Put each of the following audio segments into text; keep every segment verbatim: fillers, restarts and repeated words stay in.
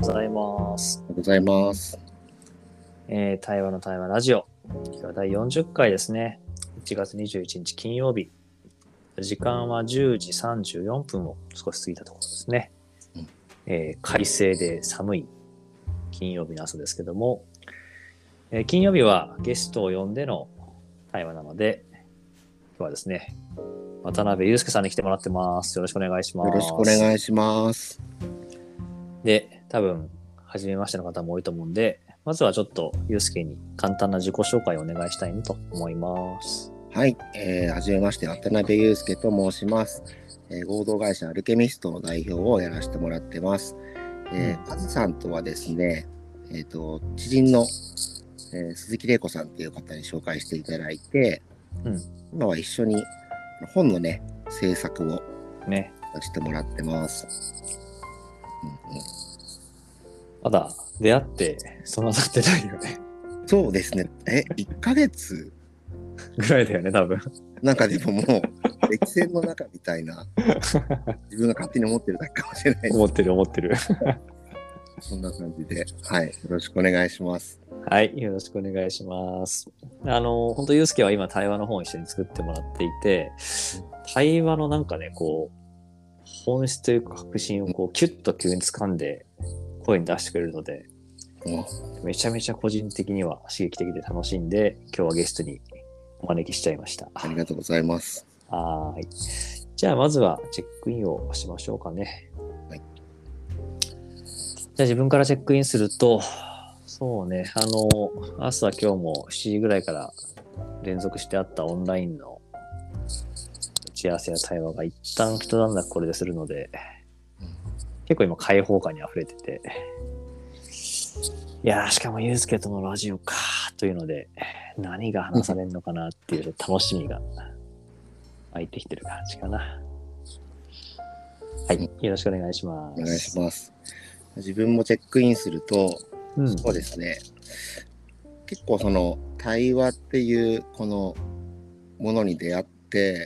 ございます。 おはようございます。 えー、対話の対話ラジオ。今日はだいよんじゅっかいですね。いちがつにじゅういちにち金曜日。時間はじゅうじさんじゅうよんぷんを少し過ぎたところですね。うん、えー、快晴で寒い金曜日の朝ですけども、えー、金曜日はゲストを呼んでの対話なので、今日はですね、渡辺祐介さんに来てもらってます。よろしくお願いします。 よろしくお願いします。 で、多分、初めましての方も多いと思うんで、まずはちょっと祐介に簡単な自己紹介をお願いしたいなと思います。 はい、えー、はじめまして、渡辺祐介と申します。えー、合同会社アルケミストの代表をやらせてもらってます。えー、カズさんとはですね、えっと、知人の、えー、鈴木玲子さんという方に紹介していただいて、うん、今は一緒に本のね、制作をねしてもらってます。 うんうん、まだ出会ってそんな経ってないよね。 そうですね。え、いっかげつぐらいだよね、多分。 なんかでももう歴戦の中みたいな自分が勝手に思ってるだけかもしれないです。 思ってる思ってる。 そんな感じで、はい、よろしくお願いします。 はい、よろしくお願いします。あの本当祐介は今対話の本を一緒に作ってもらっていて、対話のなんかねこう本質というか核心をこうキュッと急に掴んで声に出してくれるので、うん、めちゃめちゃ個人的には刺激的で楽しいんで、今日はゲストにお招きしちゃいました。 ありがとうございます。 はい。じゃあまずはチェックインをしましょうかね。はい。じゃあ自分からチェックインすると、そうね、あの朝今日もしちじぐらいから連続してあったオンラインの打ち合わせや対話が一旦一段落これでするので、結構今開放感に溢れてて、いやーしかもユースケとのラジオかというので、何が話されるのかなっていう楽しみが湧いてきてる感じかな。はい、よろしくお願いします。 お願いします。自分もチェックインすると、うん、そうですね。結構その対話っていうこのものに出会って、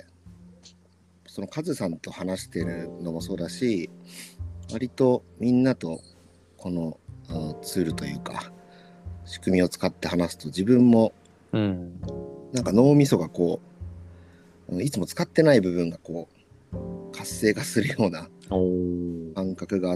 そのカズさんと話してるのもそうだし、割とみんなとこのツールというか仕組みを使って話すと、自分もなんか脳みそがこういつも使ってない部分がこう活性化するような感覚があって、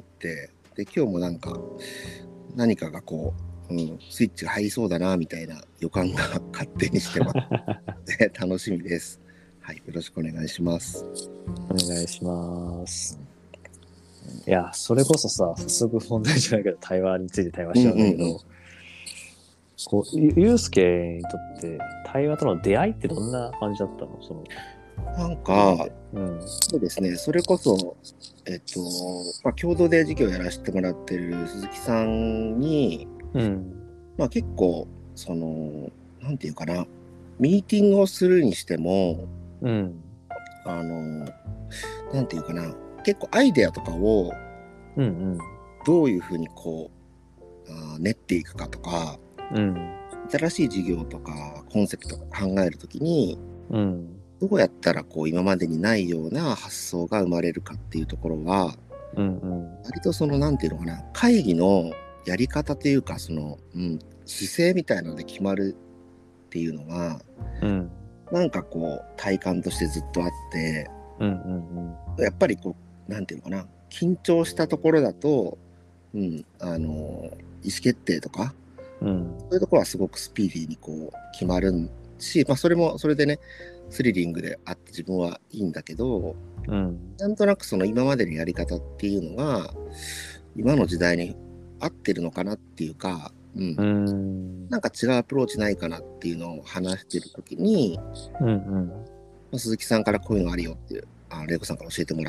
で今日もなんか何かがこう、うん、スイッチが入りそうだなみたいな予感が勝手にしてます楽しみです。はい、よろしくお願いします。 お願いします。いや、それこそさ、早速問題じゃないけど、対話について対話しちゃうんだけど、うんうんうん、こう、ゆうすけにとって対話との出会いってどんな感じだったの？そのなんか、うん、そうですね、それこそ、えっと、まあ、共同で授業をやらせてもらってる鈴木さんに、うん、まあ結構、その、なんていうかな、ミーティングをするにしても、うん、あの、なんていうかな、結構アイデアとかを、うんうん、どういうふうにこう、あ練っていくかとか、うん、新しい授業とかコンセプトを考えるときに、うん、どうやったらこう今までにないような発想が生まれるかっていうところは、うんうん、割とそのなんていうのかな、会議のやり方というかその、うん、姿勢みたいなので決まるっていうのが、うん、なんかこう体感としてずっとあって、うんうんうん、やっぱりこうなんていうのかな、緊張したところだと、うん、あの意思決定とか、うん、そういうところはすごくスピーディーにこう決まるし、まあ、それもそれでねスリリングであって自分はいいんだけど、うん、なんとなくその今までのやり方っていうのが今の時代に合ってるのかなっていうか、うん、うんなんか違うアプローチないかなっていうのを話してる時に、うんうんまあ、鈴木さんからこういうのあるよっていうあ玲子さんから教えてもらって、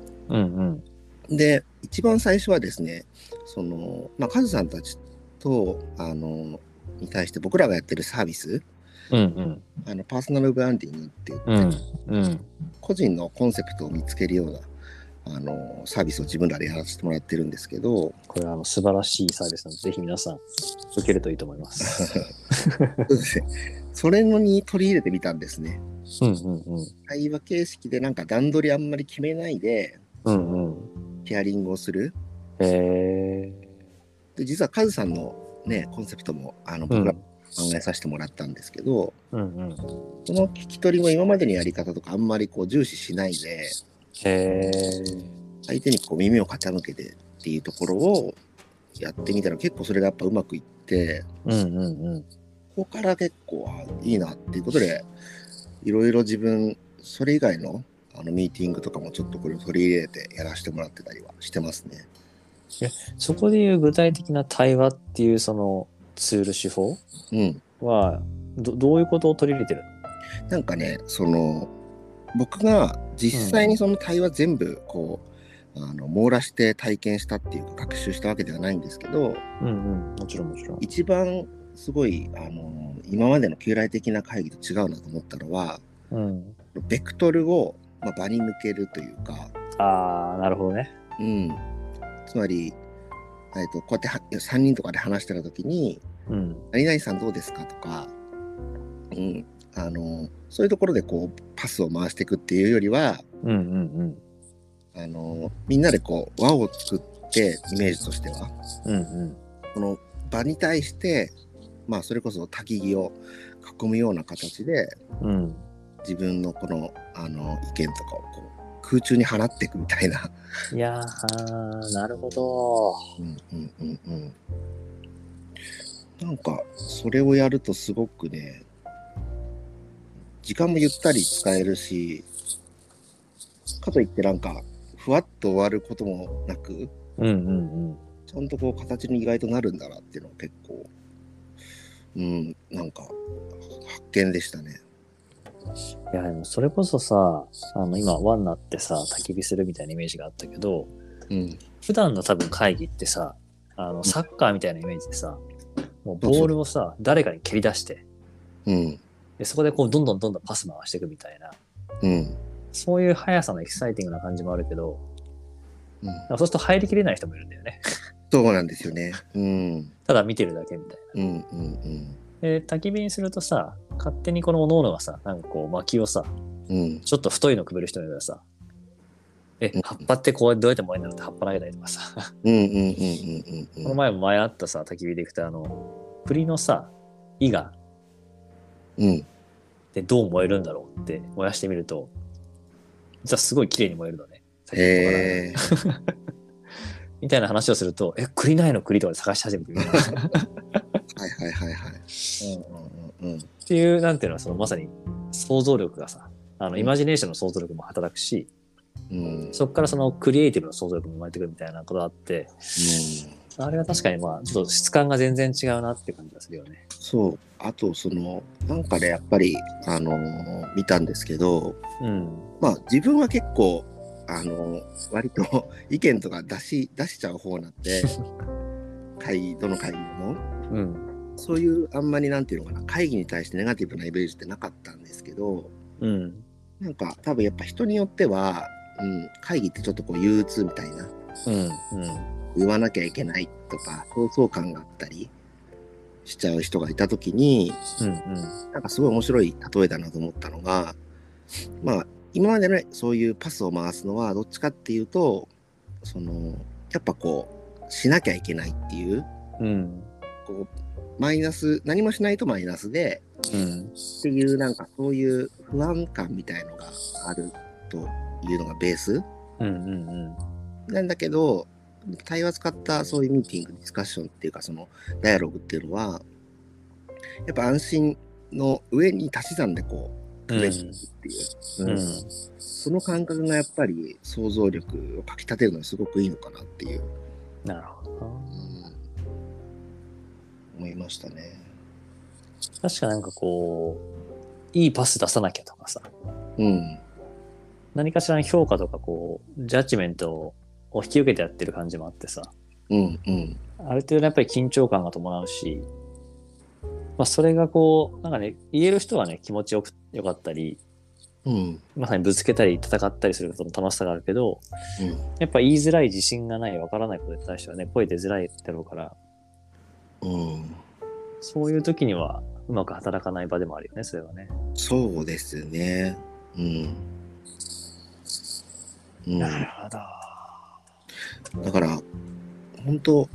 うんうん、で一番最初はですねその、まあ、カズさんたちとあのに対して僕らがやってるサービス、うんうん、あのパーソナルブランディングって言って、うんうん、個人のコンセプトを見つけるようなあのサービスを自分らでやらせてもらってるんですけど、 これはあの素晴らしいサービスなのでぜひ皆さん受けるといいと思いますそうですね、それのに取り入れてみたんですね、うんうんうん、対話形式でなんか段取りあんまり決めないで、うんうん、ヒアリングをする、へーで実はカズさんのねコンセプトもあの僕ら考えさせてもらったんですけど、うんうん、その聞き取りも今までのやり方とかあんまりこう重視しないで、へ相手にこう耳を傾けてっていうところをやってみたら結構それがやっぱうまくいって、うんうんうん、ここから結構いいなっていうことでいろいろ自分それ以外のあのミーティングとかもちょっとこれを取り入れてやらせてもらってたりはしてますね。 えそこでいう具体的な対話っていうそのツール手法は ど, どういうことを取り入れてるの？なんかねその僕が実際にその対話全部こう、うん、あの網羅して体験したっていうか学習したわけではないんですけど、うんうん、もちろんもちろん一番すごいあの今までの旧来的な会議と違うなと思ったのは、うん、ベクトルを、まあ、場に向けるというか。 ああ、なるほどね。 うん、つまり、えーと、こうやってさんにんとかで話してるときに、うん、何々さんどうですかとか、うん、あのそういうところでこうパスを回していくっていうよりは、うんうんうん、あのみんなでこう輪を作ってイメージとしては、うんうん、この場に対して、まあ、それこそ焚き木を囲むような形で、うん、自分のこの、あの意見とかをこう空中に放っていくみたいな。 いやー、なるほど。 うんうんうんうん。なんかそれをやるとすごくね、時間もゆったり使えるし、かといってなんかふわっと終わることもなく、うんうんうん、ちゃんとこう形に意外となるんだなっていうのは結構、うん、なんか発見でしたね。 いやでもそれこそさ、あの今輪になってさ焚き火するみたいなイメージがあったけど、うん、普段の多分会議ってさ、あのサッカーみたいなイメージでさ、もうボールをさ誰かに蹴り出して、うん、でそこでこうどんどんどんどんパス回していくみたいな、うん、そういう速さのエキサイティングな感じもあるけど、うん、そうすると入りきれない人もいるんだよね。 そうなんですよね。うん、 ただ見てるだけみたいな。うんうんうん、で焚き火にするとさ、勝手にこの各々がさ、なんかこう薪をさ、うん、ちょっと太いのくべる人にはさ、え、葉っぱってこうどうやって燃えるんだろうって葉っぱ投げたりとかさ。うんうんうんうんうん。この前も前あったさ、焚き火でいくとあの、栗のさ、イガ、うん。で、どう燃えるんだろうって燃やしてみると、実はすごい綺麗に燃えるのね。へー。みたいな話をすると、え、栗ないの栗とかで探し始めてみる。はいはいはいはい。 うんうんうん、っていう、なんていうのは、そのまさに想像力がさ、あの、イマジネーションの想像力も働くし、うん、そこからそのクリエイティブの想像力も生まれてくるみたいなことがあって、うん、あれは確かにまあ、ちょっと質感が全然違うなっていう感じがするよね。 そう。あと、その、なんかね、やっぱり、あのー、見たんですけど、うん、まあ、自分は結構、あの割と意見とか出し出しちゃう方なんで会議どの会議でも、うん、そういうあんまりなんていうのかな会議に対してネガティブなイメージってなかったんですけど、うん、なんか多分やっぱ人によっては、うん、会議ってちょっとこう憂鬱みたいな、うんうん、言わなきゃいけないとか焦燥感があったりしちゃう人がいた時に、うんうん、なんかすごい面白い例えだなと思ったのが、まあ今までねそういうパスを回すのはどっちかっていうとそのやっぱこうしなきゃいけないっていう、うん、こうマイナス何もしないとマイナスで、うん、っていうなんかそういう不安感みたいのがあるというのがベース、うんうんうん、なんだけど対話使ったそういうミーティングディスカッションっていうかそのダイアログっていうのはやっぱ安心の上に足し算でこうっていう、うんうん、その感覚がやっぱり想像力をかきたてるのにすごくいいのかなっていう。 なるほど、うん、 思いましたね。 確かなんかこういいパス出さなきゃとかさ、うん、何かしらの評価とかこうジャッジメントを引き受けてやってる感じもあってさ、うんうん、ある程度やっぱり緊張感が伴うし、まあ、それがこうなんかね言える人はね気持ちよくよかったり、うん、まさにぶつけたり戦ったりすることの楽しさがあるけど、うん、やっぱ言いづらい自信がないわからないことに対してはね声出づらいだろうから、うん、そういう時にはうまく働かない場でもあるよねそれはね。 そうですね。うん。 うん、なるほど。 だから本当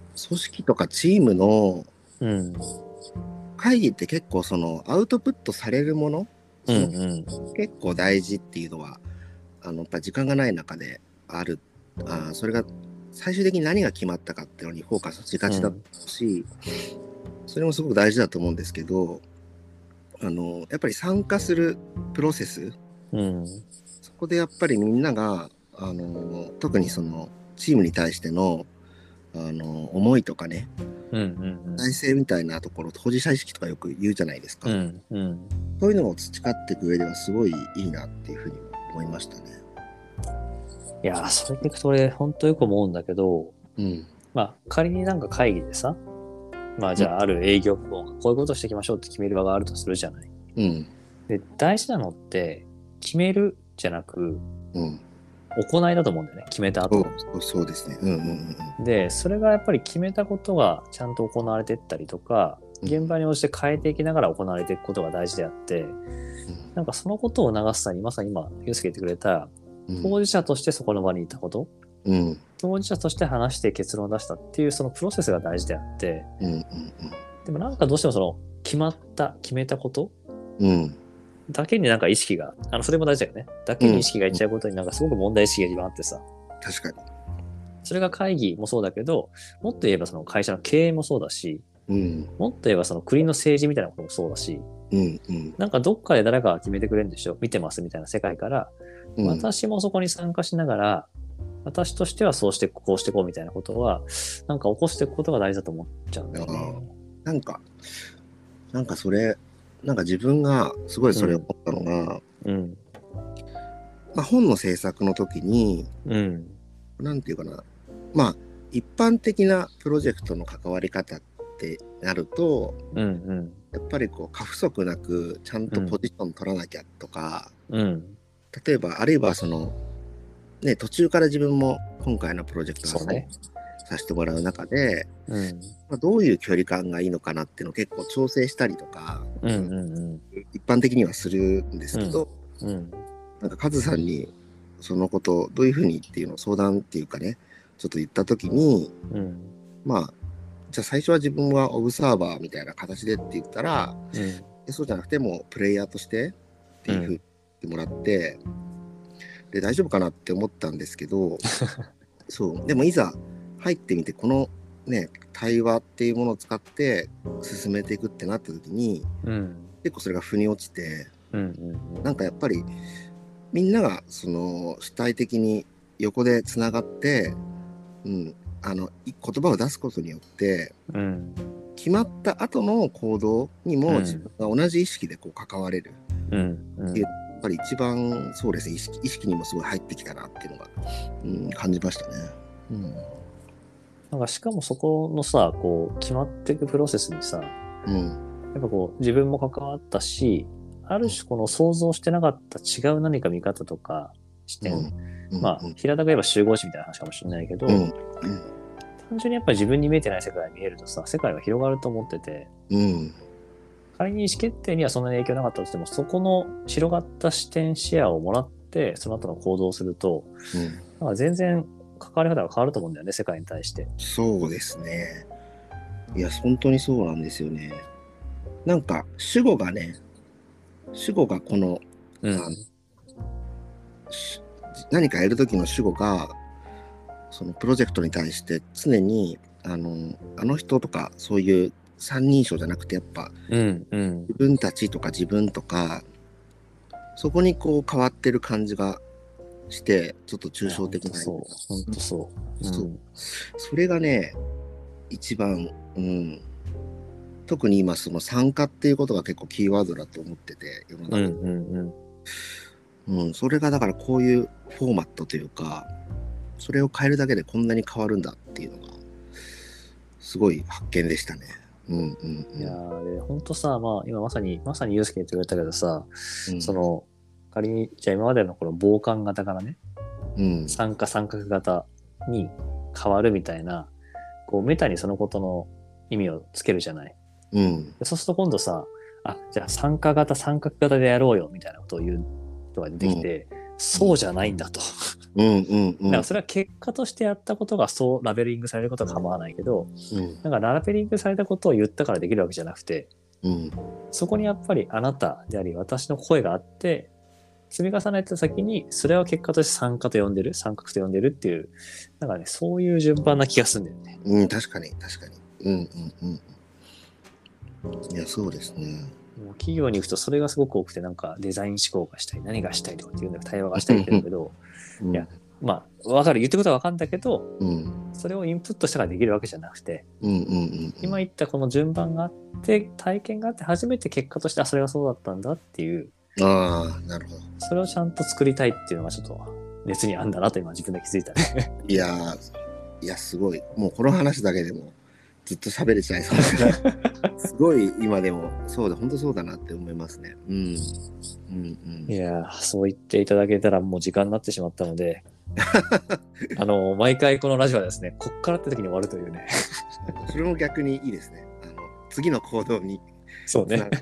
組織とかチームの会議って結構そのアウトプットされるもの、うんうん、結構大事っていうのはあのやっぱ時間がない中である。あそれが最終的に何が決まったかっていうのにフォーカスしがちだし、うん、それもすごく大事だと思うんですけど、あのやっぱり参加するプロセス、うん、そこでやっぱりみんながあの特にそのチームに対してのあの思いとかね、うんうんうん、体制みたいなところ、当事者意識とかよく言うじゃないですか、うんうん、そういうのを培っていく上ではすごいいいなっていうふうに思いましたね。 いやー、それ聞くと俺本当よく思うんだけど、うん、まあ仮になんか会議でさ、まあじゃあある営業部門がこういうことしていきましょうって決める場があるとするじゃない。うん、で大事なのって決めるじゃなく、うん、行いだと思うんだよね、決めた後。 そうそうですね、うんうんうん。で、それがやっぱり決めたことがちゃんと行われていったりとか、現場に応じて変えていきながら行われていくことが大事であって、うん、なんかそのことを流す際に、まさに今、ユースケ言ってくれた、当事者としてそこの場にいたこと、うん、当事者として話して結論を出したっていうそのプロセスが大事であって、うんうんうん、でもなんかどうしてもその決まった決めたこと、うん、だけになんか意識があのそれも大事だよね。だけに意識がいっちゃうことになんかすごく問題意識が今あってさ。 確かに。 それが会議もそうだけど、もっと言えばその会社の経営もそうだし、うん、もっと言えばその国の政治みたいなこともそうだし、うんうん、なんかどっかで誰かが決めてくれるんでしょ、見てますみたいな世界から、うん、私もそこに参加しながら、私としてはそうしてこうしてこうみたいなことはなんか起こしていくことが大事だと思っちゃうんだよね。 なんかなんかそれなんか自分がすごいそれを思ったのが、うんうんまあ、本の制作の時に、うん、なんていうかな、まあ一般的なプロジェクトの関わり方ってなると、うんうん、やっぱりこう過不足なくちゃんとポジション取らなきゃとか、うん、例えばあるいはそのね途中から自分も今回のプロジェクトを、ね、させてもらう中で、うんまあ、どういう距離感がいいのかなっていうのを結構調整したりとか、うんうんうん、一般的にはするんですけど、うんうん、なんかカズさんにそのことをどういうふうにっていうのを相談っていうかねちょっと言った時に、うん、まあじゃあ最初は自分はオブサーバーみたいな形でって言ったら、うん、そうじゃなくてもプレイヤーとしてっていうふうに言ってもらって、うん、で大丈夫かなって思ったんですけどそうでもいざ入ってみてこのね対話っていうものを使って進めていくってなった時に、うん、結構それが腑に落ちて、うんうんうん、なんかやっぱりみんながその主体的に横でつながって、うん、あの言葉を出すことによって、うん、決まった後の行動にも自分が同じ意識でこう関われる、うんうん、っていうやっぱり一番そうですね意識、意識にもすごい入ってきたなっていうのが、うん、感じましたね。うんなんかしかもそこのさ、こう、決まっていくプロセスにさ、うん、やっぱこう、自分も関わったし、ある種この想像してなかった違う何か見方とか視点、うん、まあ、平たく言えば集合値みたいな話かもしれないけど、うんうん、単純にやっぱり自分に見えてない世界が見えるとさ、世界が広がると思ってて、うん、仮に意思決定にはそんなに影響なかったとしても、そこの広がった視点、視野をもらって、その後の行動をすると、うん、なんか全然、関わり方が変わると思うんだよね、世界に対して。 そうですね。いや、本当にそうなんですよね。なんか、主語がね、主語がこの、うん、あの何かやるときの主語が、そのプロジェクトに対して常に、あの、あの人とか、そういう三人称じゃなくて、やっぱ、うんうん、自分たちとか自分とか、そこにこう変わってる感じがしてちょっと抽象的なそう本当そう、 うん、そうそれがね一番、うん、特に今その参加っていうことが結構キーワードだと思ってて世の中、うんうんうんうん、それがだからこういうフォーマットというかそれを変えるだけでこんなに変わるんだっていうのがすごい発見でしたね。うんうんうん、 いやーで本当さ、まあ今まさにまさにユースケ言ってくれたけどさ、うん、その仮にじゃあ今までのこの傍観型からね、うん、参加参画型に変わるみたいなこうメタにそのことの意味をつけるじゃない、うん、そうすると今度さあじゃあ参加型参画型でやろうよみたいなことを言う人が出てきて、うん、 そうじゃないんだと。 うんうんうん。 だからそれは結果としてやったことがそうラベリングされることは構わないけど、うん、なんかラベリングされたことを言ったからできるわけじゃなくて、うん、そこにやっぱりあなたであり私の声があって、積み重ねた先にそれを結果として参加と呼んでる、参画と呼んでるっていう、なんかね、そういう順番な気がするんだよね。 うん、確かに確かに。うんうんうん。いや、そうですね。 もう企業に行くとそれがすごく多くて、なんかデザイン思考がしたい、何がしたいとかっていうんだけど、対話がしたいって言うんだけど、うん、いや、まあ、わかる、言ってることはわかんだけど、うん、それをインプットしたからできるわけじゃなくて、うんうんうん、今言ったこの順番があって、体験があって初めて結果として、あ、それがそうだったんだっていう、 ああ、なるほど。 それをちゃんと作りたいっていうのがちょっと熱にあんだなと今自分で気づいたね。 いやー、いや、すごい。もうこの話だけでもずっと喋れちゃいそうすごい今でもそうだ、本当そうだなって思いますね。うん。 うんうん、いやー、そう言っていただけたらもう時間になってしまったので、あの、毎回このラジオはですね、こっからって時に終わるというね。 それも逆にいいですね。あの、次の行動に。 そうね。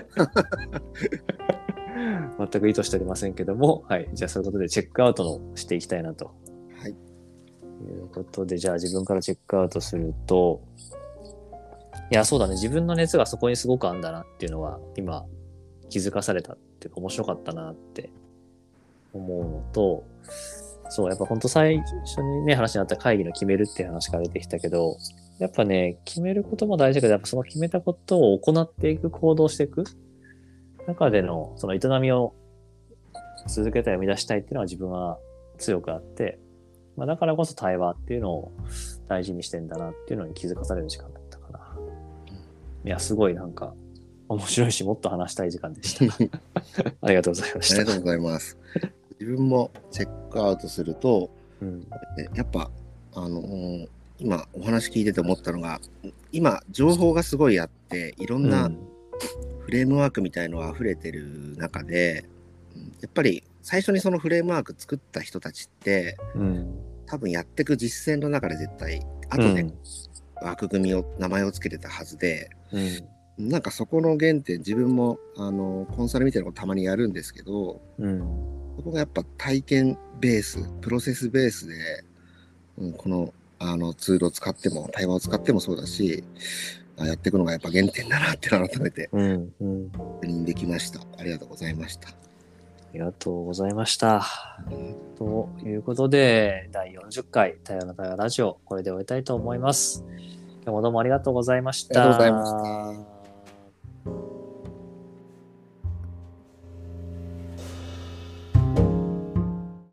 全く意図しておりませんけども、はい。じゃあそういうことでチェックアウトのしていきたいなと。はい。いうことで、じゃあ自分からチェックアウトすると、いや、そうだね。自分の熱がそこにすごくあるんだなっていうのは、今気づかされたっていうか面白かったなって思うのと、そう、やっぱ本当最初にね、話になった会議の決めるっていう話から出てきたけど、やっぱね、決めることも大事だけど、やっぱその決めたことを行っていく、行動していく中での、その営みを続けたい、生み出したいっていうのは自分は強くあって、まあ、だからこそ対話っていうのを大事にしてんだなっていうのに気づかされる時間だったかな。いや、すごいなんか面白いし、もっと話したい時間でした。ありがとうございました。 ありがとうございます。自分もチェックアウトすると、うん、やっぱあのー、今お話聞いてて思ったのが、今情報がすごいあっていろんなフレームワークみたいのが溢れてる中で、うん、やっぱり最初にそのフレームワーク作った人たちって、うん、多分やっていく実践の中で絶対後で枠組みを、名前をつけてたはずで、うん、なんかそこの原点、自分もあのコンサルみたいなことたまにやるんですけど、うんそこがやっぱ体験ベース、プロセスベースで、うん、この、あのツールを使っても、対話を使ってもそうだし、やっていくのがやっぱ原点だなって改めて確認できました、うんうん。ありがとうございました。ありがとうございました。うん、ということで、だいよんじゅっかい対話の対話ラジオ、これで終えたいと思います。今日もどうもありがとうございました。 ありがとうございました。